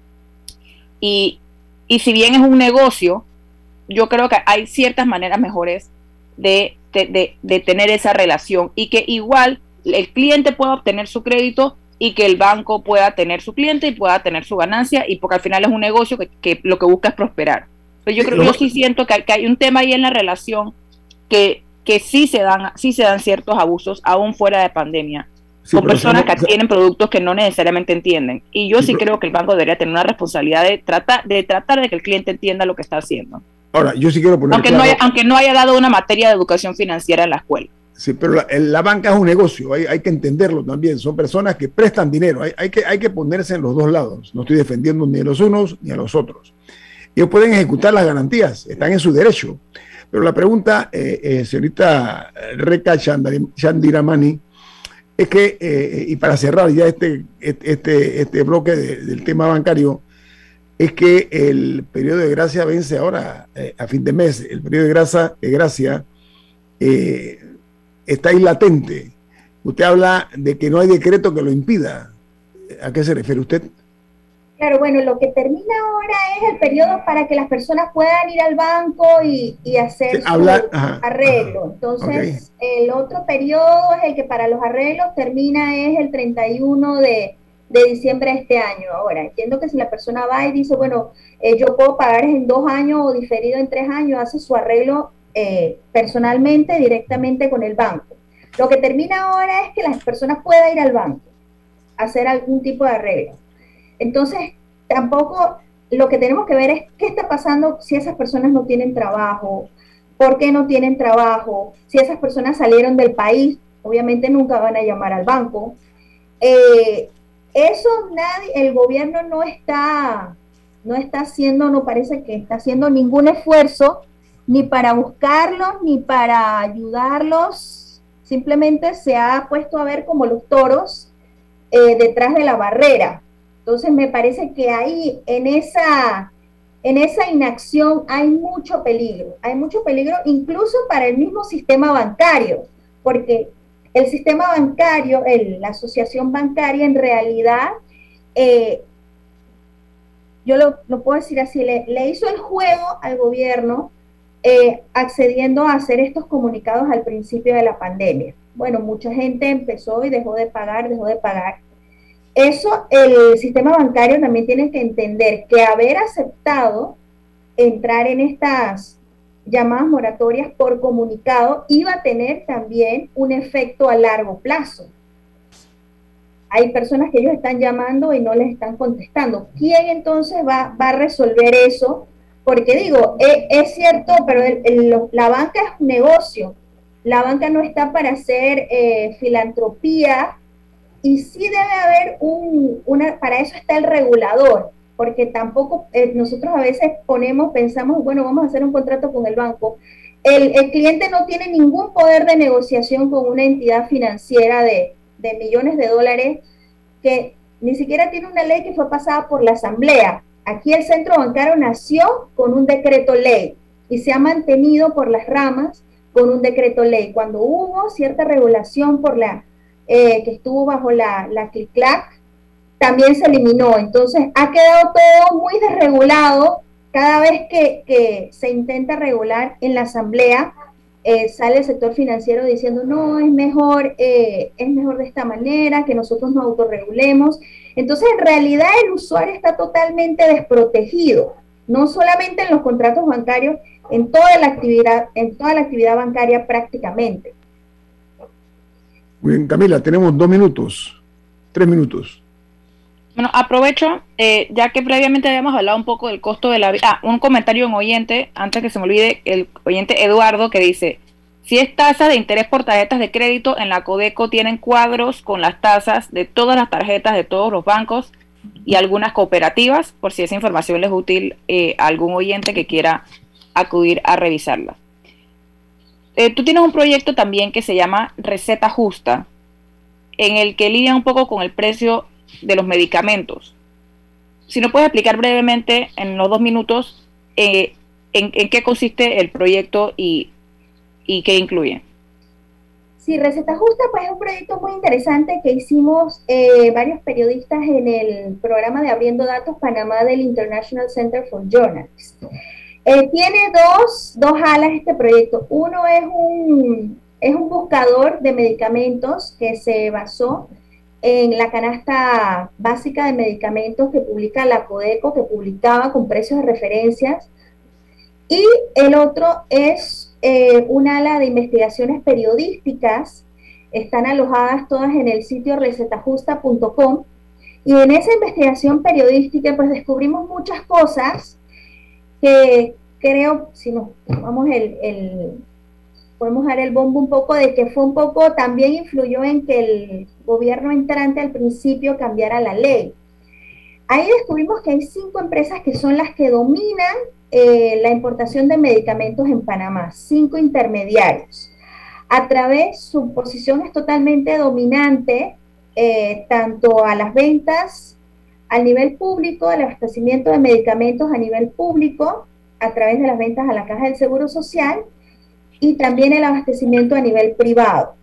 Y si bien es un negocio, yo creo que hay ciertas maneras mejores de tener esa relación y que igual el cliente pueda obtener su crédito y que el banco pueda tener su cliente y pueda tener su ganancia, y porque al final es un negocio que lo que busca es prosperar. Pero yo sí siento que hay un tema ahí en la relación que sí se dan ciertos abusos aún fuera de pandemia. Con personas que tienen productos que no necesariamente entienden. Y yo sí creo que el banco debería tener una responsabilidad de tratar de que el cliente entienda lo que está haciendo. Ahora, yo sí quiero poner aunque no haya dado una materia de educación financiera en la escuela. Sí, pero la banca es un negocio, hay que entenderlo también. Son personas que prestan dinero, hay que ponerse en los dos lados. No estoy defendiendo ni a los unos ni a los otros. Ellos pueden ejecutar las garantías, están en su derecho. Pero la pregunta, señorita Reca Chandiramani, es que, y para cerrar ya este bloque del tema bancario, es que el periodo de gracia vence ahora a fin de mes. El periodo de gracia está ahí latente. Usted habla de que no hay decreto que lo impida. ¿A qué se refiere usted? Claro, bueno, lo que termina ahora es el periodo para que las personas puedan ir al banco y hacer su arreglo. Entonces, el otro periodo es el que para los arreglos termina es el 31 de diciembre de este año. Ahora, entiendo que si la persona va y dice, bueno, yo puedo pagar en 2 años o diferido en 3 años, hace su arreglo personalmente, directamente con el banco. Lo que termina ahora es que las personas puedan ir al banco a hacer algún tipo de arreglo. Entonces, tampoco lo que tenemos que ver es qué está pasando si esas personas no tienen trabajo, por qué no tienen trabajo, si esas personas salieron del país, obviamente nunca van a llamar al banco. El gobierno no está no está haciendo, no parece que está haciendo ningún esfuerzo ni para buscarlos, ni para ayudarlos, simplemente se ha puesto a ver como los toros detrás de la barrera. Entonces me parece que ahí, en esa inacción hay mucho peligro incluso para el mismo sistema bancario, porque el sistema bancario, la asociación bancaria en realidad, yo lo puedo decir así, le hizo el juego al gobierno accediendo a hacer estos comunicados al principio de la pandemia. Bueno, mucha gente empezó y dejó de pagar. Eso el sistema bancario también tiene que entender que haber aceptado entrar en estas llamadas moratorias por comunicado iba a tener también un efecto a largo plazo. Hay personas que ellos están llamando y no les están contestando. ¿Quién entonces va a resolver eso? Porque digo, es cierto, pero la banca es un negocio. La banca no está para hacer filantropía, y sí debe haber para eso está el regulador, porque tampoco nosotros a veces pensamos, bueno, vamos a hacer un contrato con el banco. El cliente no tiene ningún poder de negociación con una entidad financiera de millones de dólares, que ni siquiera tiene una ley que fue pasada por la Asamblea. Aquí el centro bancario nació con un decreto ley y se ha mantenido por las ramas con un decreto ley. Cuando hubo cierta regulación que estuvo bajo la CLICLAC, también se eliminó. Entonces ha quedado todo muy desregulado. Cada vez que se intenta regular en la Asamblea, sale el sector financiero diciendo no, es mejor de esta manera, que nosotros nos autorregulemos. Entonces en realidad el usuario está totalmente desprotegido, no solamente en los contratos bancarios, en toda la actividad bancaria prácticamente. Muy bien, Camila, tenemos 3 minutos. Bueno, aprovecho, ya que previamente habíamos hablado un poco del costo de la vida. Un comentario de un oyente, antes que se me olvide, el oyente Eduardo, que dice: si es tasa de interés por tarjetas de crédito, en la Codeco tienen cuadros con las tasas de todas las tarjetas de todos los bancos y algunas cooperativas, por si esa información les es útil a algún oyente que quiera acudir a revisarla. Tú tienes un proyecto también que se llama Receta Justa, en el que lidia un poco con el precio de los medicamentos. Si nos puedes explicar brevemente, en los 2 minutos, en qué consiste el proyecto y qué incluye. Sí, Receta Justa pues es un proyecto muy interesante que hicimos varios periodistas en el programa de Abriendo Datos Panamá del International Center for Journalists. Tiene dos alas este proyecto. Uno es un buscador de medicamentos que se basó en la canasta básica de medicamentos que publica la Codeco, que publicaba con precios de referencias. Y el otro es un ala de investigaciones periodísticas. Están alojadas todas en el sitio recetajusta.com. Y en esa investigación periodística pues descubrimos muchas cosas que creo, si nos tomamos podemos dar el bombo un poco, de que fue un poco, también influyó en que el gobierno entrante al principio cambiara la ley. Ahí descubrimos que hay 5 empresas que son las que dominan la importación de medicamentos en Panamá, 5 intermediarios. A través, su posición es totalmente dominante, tanto a las ventas al nivel público, el abastecimiento de medicamentos a nivel público, a través de las ventas a la Caja del Seguro Social, y también el abastecimiento a nivel privado.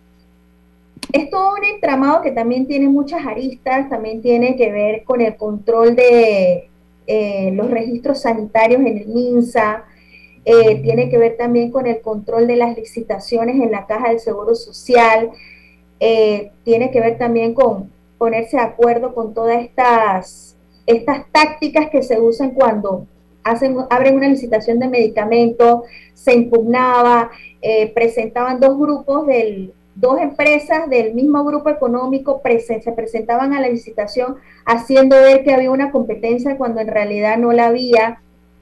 Es todo un entramado que también tiene muchas aristas, también tiene que ver con el control de los registros sanitarios en el MINSA, tiene que ver también con el control de las licitaciones en la Caja del Seguro Social, tiene que ver también con ponerse de acuerdo con todas estas tácticas que se usan cuando abren una licitación de medicamentos, se impugnaba, presentaban 2 grupos, 2 empresas del mismo grupo económico se presentaban a la licitación haciendo ver que había una competencia cuando en realidad no la había.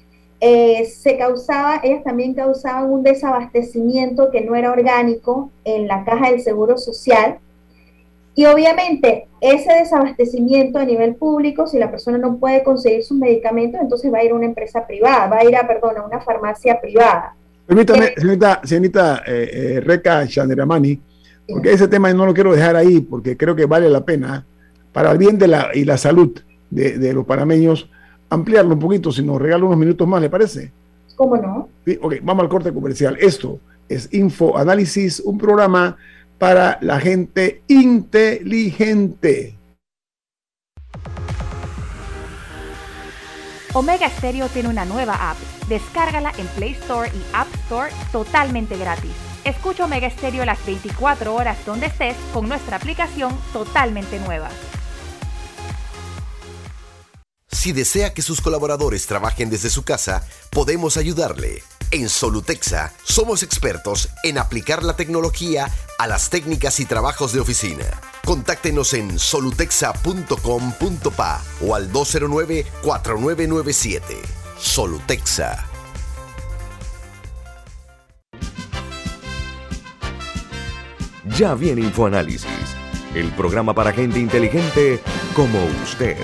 Ellas también causaban un desabastecimiento que no era orgánico en la Caja del Seguro Social. Y obviamente ese desabastecimiento a nivel público, si la persona no puede conseguir sus medicamentos, entonces va a ir a una empresa privada, va a ir a una farmacia privada. Permítame, señorita Reca Chandiramani, porque ese tema no lo quiero dejar ahí, porque creo que vale la pena, para el bien de la salud de los panameños, ampliarlo un poquito, si nos regala unos minutos más, ¿le parece? ¿Cómo no? Sí, ok, vamos al corte comercial. Esto es InfoAnálisis, un programa para la gente inteligente. Omega Stereo tiene una nueva app. Descárgala en Play Store y App Store totalmente gratis. Escucha Omega Stereo las 24 horas donde estés con nuestra aplicación totalmente nueva. Si desea que sus colaboradores trabajen desde su casa, podemos ayudarle. En Solutexa somos expertos en aplicar la tecnología a las técnicas y trabajos de oficina. Contáctenos en solutexa.com.pa o al 209-4997. Solutexa. Ya viene InfoAnálisis, el programa para gente inteligente como usted.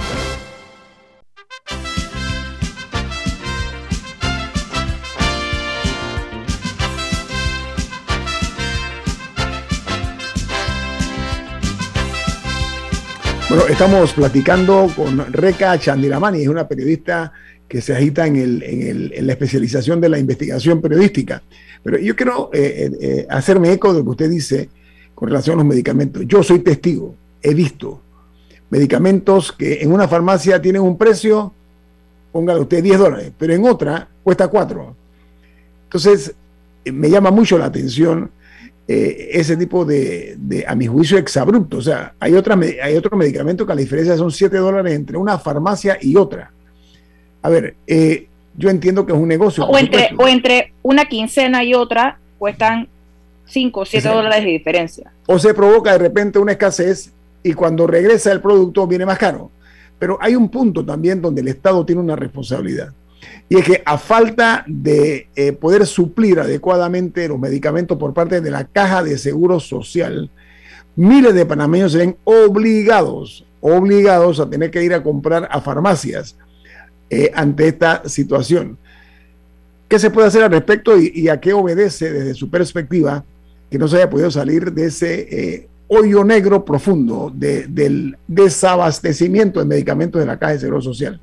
Bueno, estamos platicando con Reca Chandiramani, es una periodista que se agita en la especialización de la investigación periodística. Pero yo quiero hacerme eco de lo que usted dice con relación a los medicamentos. Yo soy testigo, he visto medicamentos que en una farmacia tienen un precio, póngale usted $10, pero en otra cuesta 4. Entonces, me llama mucho la atención ese tipo de, a mi juicio, exabrupto. O sea, hay otro medicamento que la diferencia son $7 entre una farmacia y otra. A ver, yo entiendo que es un negocio. O entre una quincena y otra cuestan 5 o 7 dólares de diferencia. O se provoca de repente una escasez y cuando regresa el producto viene más caro. Pero hay un punto también donde el Estado tiene una responsabilidad. Y es que a falta de poder suplir adecuadamente los medicamentos por parte de la Caja de Seguro Social, miles de panameños se ven obligados a tener que ir a comprar a farmacias ante esta situación. ¿Qué se puede hacer al respecto y a qué obedece desde su perspectiva que no se haya podido salir de ese hoyo negro profundo del desabastecimiento de medicamentos de la Caja de Seguro Social?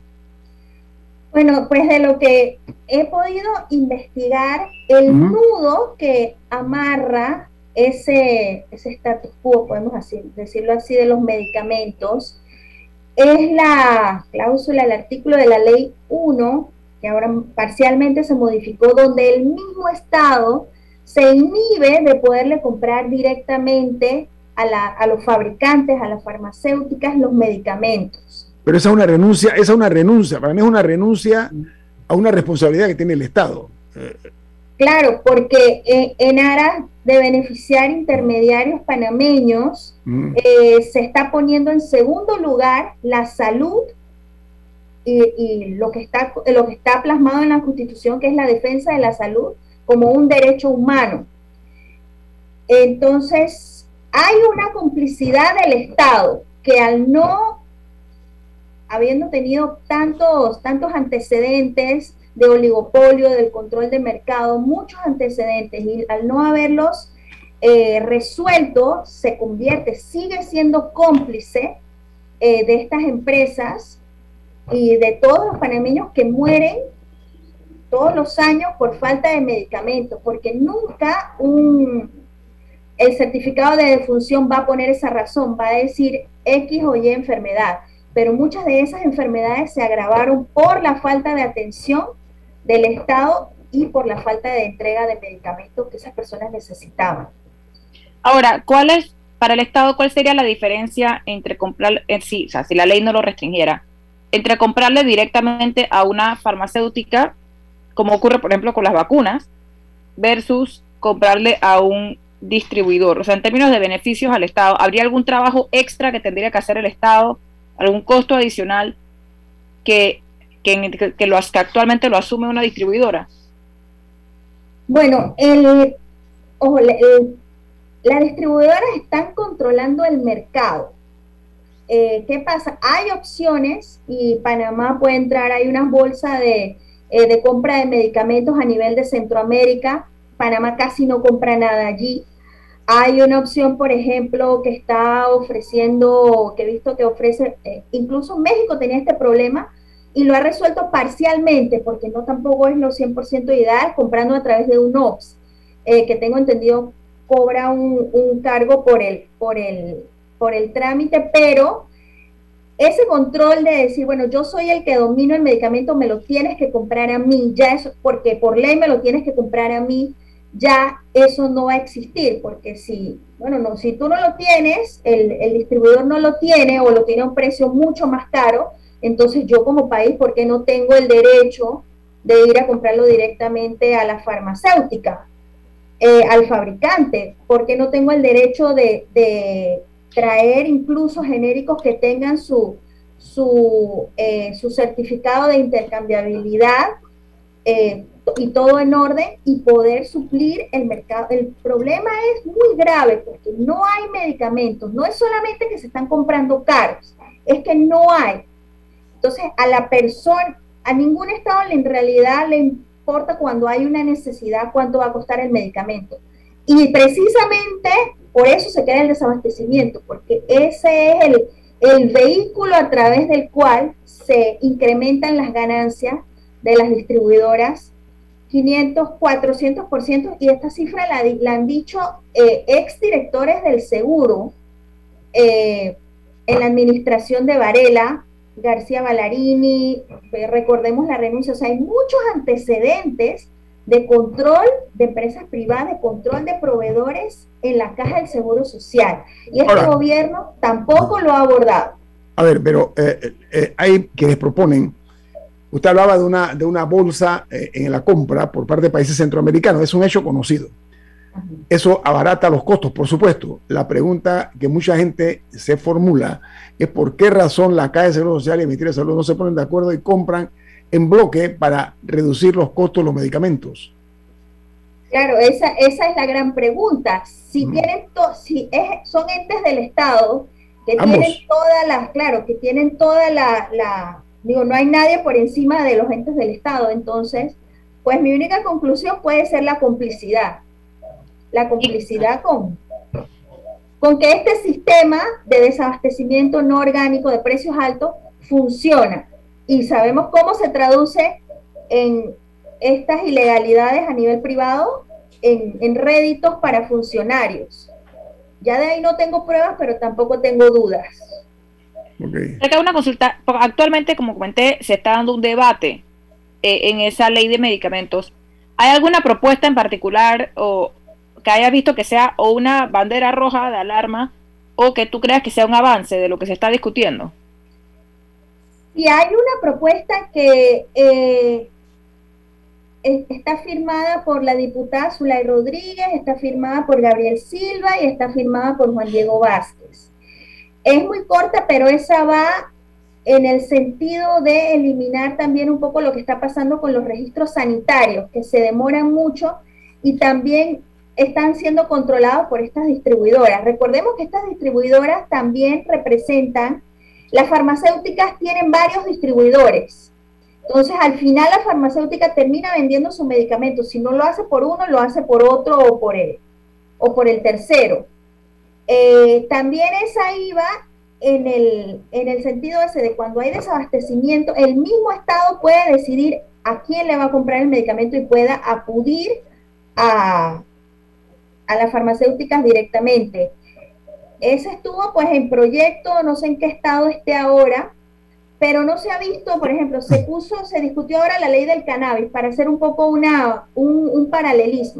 Bueno, pues de lo que he podido investigar, el nudo que amarra ese status quo, podemos decirlo así, de los medicamentos, es la cláusula, el artículo de la Ley 1, que ahora parcialmente se modificó, donde el mismo Estado se inhibe de poderle comprar directamente a los fabricantes, a las farmacéuticas, los medicamentos. Pero esa es una renuncia, para mí es una renuncia a una responsabilidad que tiene el Estado. Claro, porque en aras de beneficiar intermediarios panameños, se está poniendo en segundo lugar la salud y lo que está plasmado en la Constitución, que es la defensa de la salud como un derecho humano. Entonces, hay una complicidad del Estado que al no habiendo tenido tantos antecedentes de oligopolio, del control de mercado, muchos antecedentes, y al no haberlos resuelto, sigue siendo cómplice de estas empresas y de todos los panameños que mueren todos los años por falta de medicamentos, porque nunca el certificado de defunción va a poner esa razón, va a decir X o Y enfermedad. Pero muchas de esas enfermedades se agravaron por la falta de atención del Estado y por la falta de entrega de medicamentos que esas personas necesitaban. Ahora, para el Estado, cuál sería la diferencia entre comprar, si la ley no lo restringiera, entre comprarle directamente a una farmacéutica, como ocurre, por ejemplo, con las vacunas, versus comprarle a un distribuidor? O sea, en términos de beneficios al Estado, ¿habría algún trabajo extra que tendría que hacer el Estado? ¿Algún costo adicional que actualmente lo asume una las distribuidoras están controlando el mercado. ¿Qué pasa? Hay opciones y Panamá puede entrar, hay unas bolsas de compra de medicamentos a nivel de Centroamérica. Panamá casi no compra nada allí. Hay una opción, por ejemplo, que está ofreciendo, que he visto que ofrece, incluso México tenía este problema y lo ha resuelto parcialmente, porque no tampoco es lo 100% ideal, comprando a través de un OPS, que tengo entendido cobra un cargo por el trámite, pero ese control de decir, bueno, yo soy el que domino el medicamento, me lo tienes que comprar a mí, ya eso, porque por ley me lo tienes que comprar a mí, ya eso no va a existir, porque si tú no lo tienes, el distribuidor no lo tiene o lo tiene a un precio mucho más caro, entonces yo como país, ¿por qué no tengo el derecho de ir a comprarlo directamente a la farmacéutica, al fabricante? ¿Por qué no tengo el derecho de traer incluso genéricos que tengan su certificado de intercambiabilidad y todo en orden y poder suplir el mercado? El problema es muy grave porque no hay medicamentos, no es solamente que se están comprando caros, es que no hay. Entonces a ningún estado en realidad le importa cuando hay una necesidad cuánto va a costar el medicamento. Y precisamente por eso se crea el desabastecimiento, porque ese es el vehículo a través del cual se incrementan las ganancias de las distribuidoras 500, 400%, y esta cifra la han dicho exdirectores del seguro en la administración de Varela, García Ballarini, recordemos la renuncia. O sea, hay muchos antecedentes de control de empresas privadas, de control de proveedores en la Caja del Seguro Social. Y este gobierno tampoco lo ha abordado. A ver, pero hay quienes proponen, usted hablaba de una bolsa en la compra por parte de países centroamericanos, es un hecho conocido. Eso abarata los costos, por supuesto. La pregunta que mucha gente se formula es por qué razón la Caja de Seguro Social y el Ministerio de Salud no se ponen de acuerdo y compran en bloque para reducir los costos de los medicamentos. Claro, esa es la gran pregunta. Si son entes del Estado que tienen todas las, digo, no hay nadie por encima de los entes del Estado, entonces, pues mi única conclusión puede ser la complicidad con que este sistema de desabastecimiento no orgánico de precios altos funciona. Y sabemos cómo se traduce en estas ilegalidades a nivel privado, en réditos para funcionarios. Ya de ahí no tengo pruebas, pero tampoco tengo dudas. Acá una consulta, actualmente, como comenté, se está dando un debate en esa ley de medicamentos. ¿Hay alguna propuesta en particular o que hayas visto que sea o una bandera roja de alarma o que tú creas que sea un avance de lo que se está discutiendo? Y hay una propuesta que está firmada por la diputada Zulay Rodríguez, está firmada por Gabriel Silva y está firmada por Juan Diego Vázquez. Es muy corta, pero esa va en el sentido de eliminar también un poco lo que está pasando con los registros sanitarios, que se demoran mucho y también están siendo controlados por estas distribuidoras. Recordemos que estas distribuidoras también representan. Las farmacéuticas tienen varios distribuidores, entonces al final la farmacéutica termina vendiendo su medicamento. Si no lo hace por uno, lo hace por otro o por el tercero. También esa iba en el sentido ese de cuando hay desabastecimiento, el mismo Estado puede decidir a quién le va a comprar el medicamento y pueda acudir a las farmacéuticas directamente. Ese estuvo pues en proyecto, no sé en qué estado esté ahora, pero no se ha visto, por ejemplo, se discutió ahora la ley del cannabis para hacer un poco un paralelismo.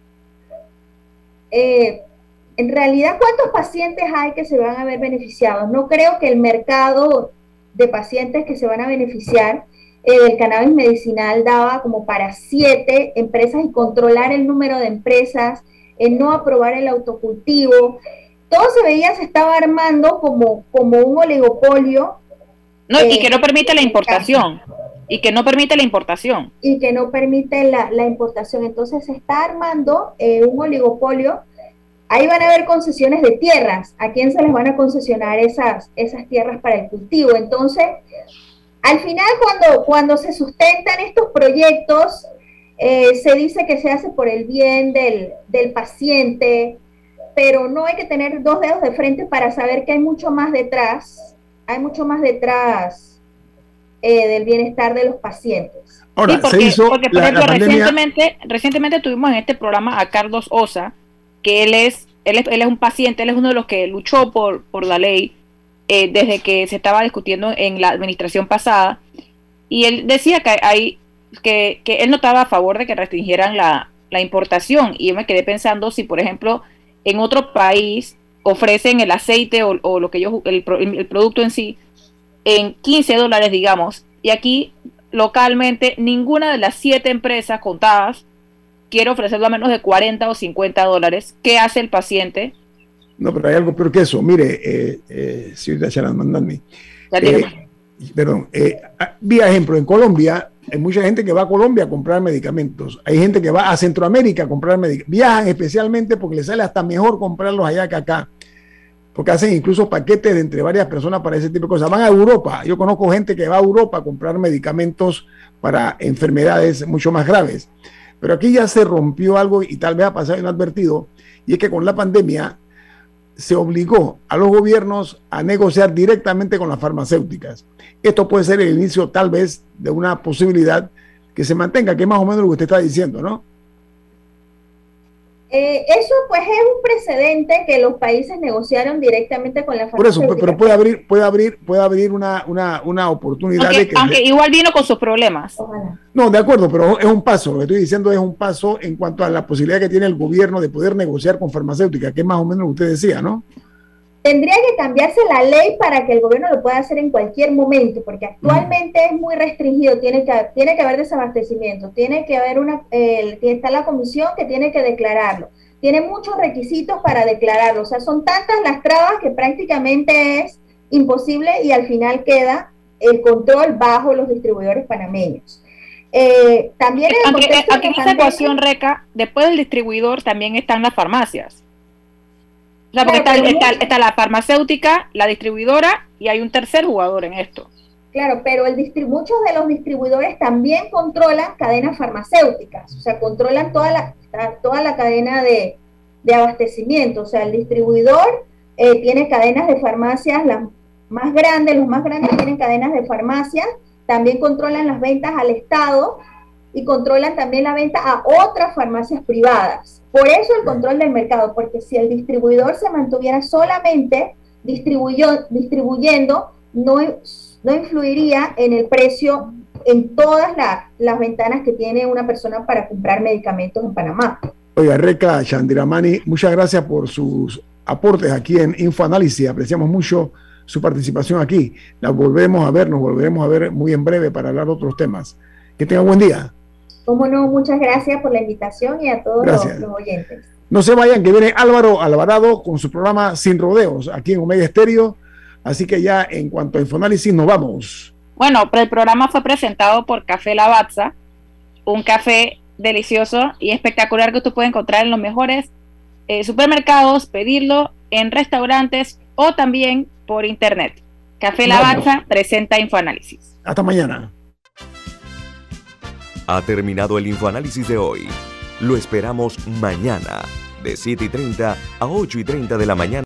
En realidad, ¿cuántos pacientes hay que se van a ver beneficiados? No creo que el mercado de pacientes que se van a beneficiar del cannabis medicinal daba como para 7 empresas, y controlar el número de empresas, no aprobar el autocultivo. Todo se estaba armando como un oligopolio. Y que no permite la importación. Y que no permite la importación. Entonces se está armando un oligopolio ahí van a haber concesiones de tierras. ¿A quién se les van a concesionar esas tierras para el cultivo? Entonces, al final, cuando se sustentan estos proyectos, se dice que se hace por el bien del paciente, pero no hay que tener dos dedos de frente para saber que hay mucho más detrás, del bienestar de los pacientes. Ahora, sí, porque por ejemplo, recientemente tuvimos en este programa a Carlos Osa, que él es un paciente, él es uno de los que luchó por la ley desde que se estaba discutiendo en la administración pasada, y él decía que él no estaba a favor de que restringieran la importación, y yo me quedé pensando si, por ejemplo, en otro país ofrecen el aceite o lo que el producto en sí en $15, digamos, y aquí localmente ninguna de las 7 empresas contadas quiere ofrecerlo a menos de $40 o $50. ¿Qué hace el paciente? No, pero hay algo peor que eso. Mire, señorita Sharon Mandani, vía ejemplo, en Colombia hay mucha gente que va a Colombia a comprar medicamentos, hay gente que va a Centroamérica a comprar medicamentos, viajan especialmente porque les sale hasta mejor comprarlos allá que acá, porque hacen incluso paquetes de entre varias personas para ese tipo de cosas. Van a Europa, yo conozco gente que va a Europa a comprar medicamentos para enfermedades mucho más graves, pero aquí ya se rompió algo y tal vez ha pasado inadvertido, y es que con la pandemia se obligó a los gobiernos a negociar directamente con las farmacéuticas. Esto puede ser el inicio tal vez de una posibilidad que se mantenga, que es más o menos lo que usted está diciendo, ¿no? Eso pues es un precedente que los países negociaron directamente con la farmacéutica. Por eso, pero puede abrir una oportunidad aunque igual vino con sus problemas. Ojalá. No, de acuerdo, pero es un paso. Lo que estoy diciendo es un paso en cuanto a la posibilidad que tiene el gobierno de poder negociar con farmacéuticas, que es más o menos lo que usted decía, ¿no? Tendría que cambiarse la ley para que el gobierno lo pueda hacer en cualquier momento, porque actualmente es muy restringido. Tiene que haber desabastecimiento, tiene que haber está la comisión que tiene que declararlo. Tiene muchos requisitos para declararlo. O sea, son tantas las trabas que prácticamente es imposible y al final queda el control bajo los distribuidores panameños. También en esa ecuación, Reca, después del distribuidor también están las farmacias. O sea, porque está la farmacéutica, la distribuidora y hay un tercer jugador en esto. Claro, pero muchos de los distribuidores también controlan cadenas farmacéuticas, o sea, controlan toda la cadena de abastecimiento. O sea, el distribuidor tiene cadenas de farmacias, los más grandes tienen cadenas de farmacias, también controlan las ventas al Estado y controlan también la venta a otras farmacias privadas. Por eso el control del mercado, porque si el distribuidor se mantuviera solamente distribuyendo, no influiría en el precio en todas las ventanas que tiene una persona para comprar medicamentos en Panamá. Oiga, Reca Chandiramani, muchas gracias por sus aportes aquí en InfoAnálisis. Apreciamos mucho su participación aquí. Nos volveremos a ver muy en breve para hablar de otros temas. Que tenga buen día. Cómo no, muchas gracias por la invitación y a todos los oyentes. No se vayan, que viene Álvaro Alvarado con su programa Sin Rodeos aquí en Omega Estéreo. Así que ya en cuanto a InfoAnálisis nos vamos. Bueno, el programa fue presentado por Café Lavazza, un café delicioso y espectacular que usted puede encontrar en los mejores supermercados, pedirlo en restaurantes o también por internet. Café Lavazza presenta InfoAnálisis. Hasta mañana. Ha terminado el InfoAnálisis de hoy. Lo esperamos mañana, de 7:30 a 8:30 de la mañana.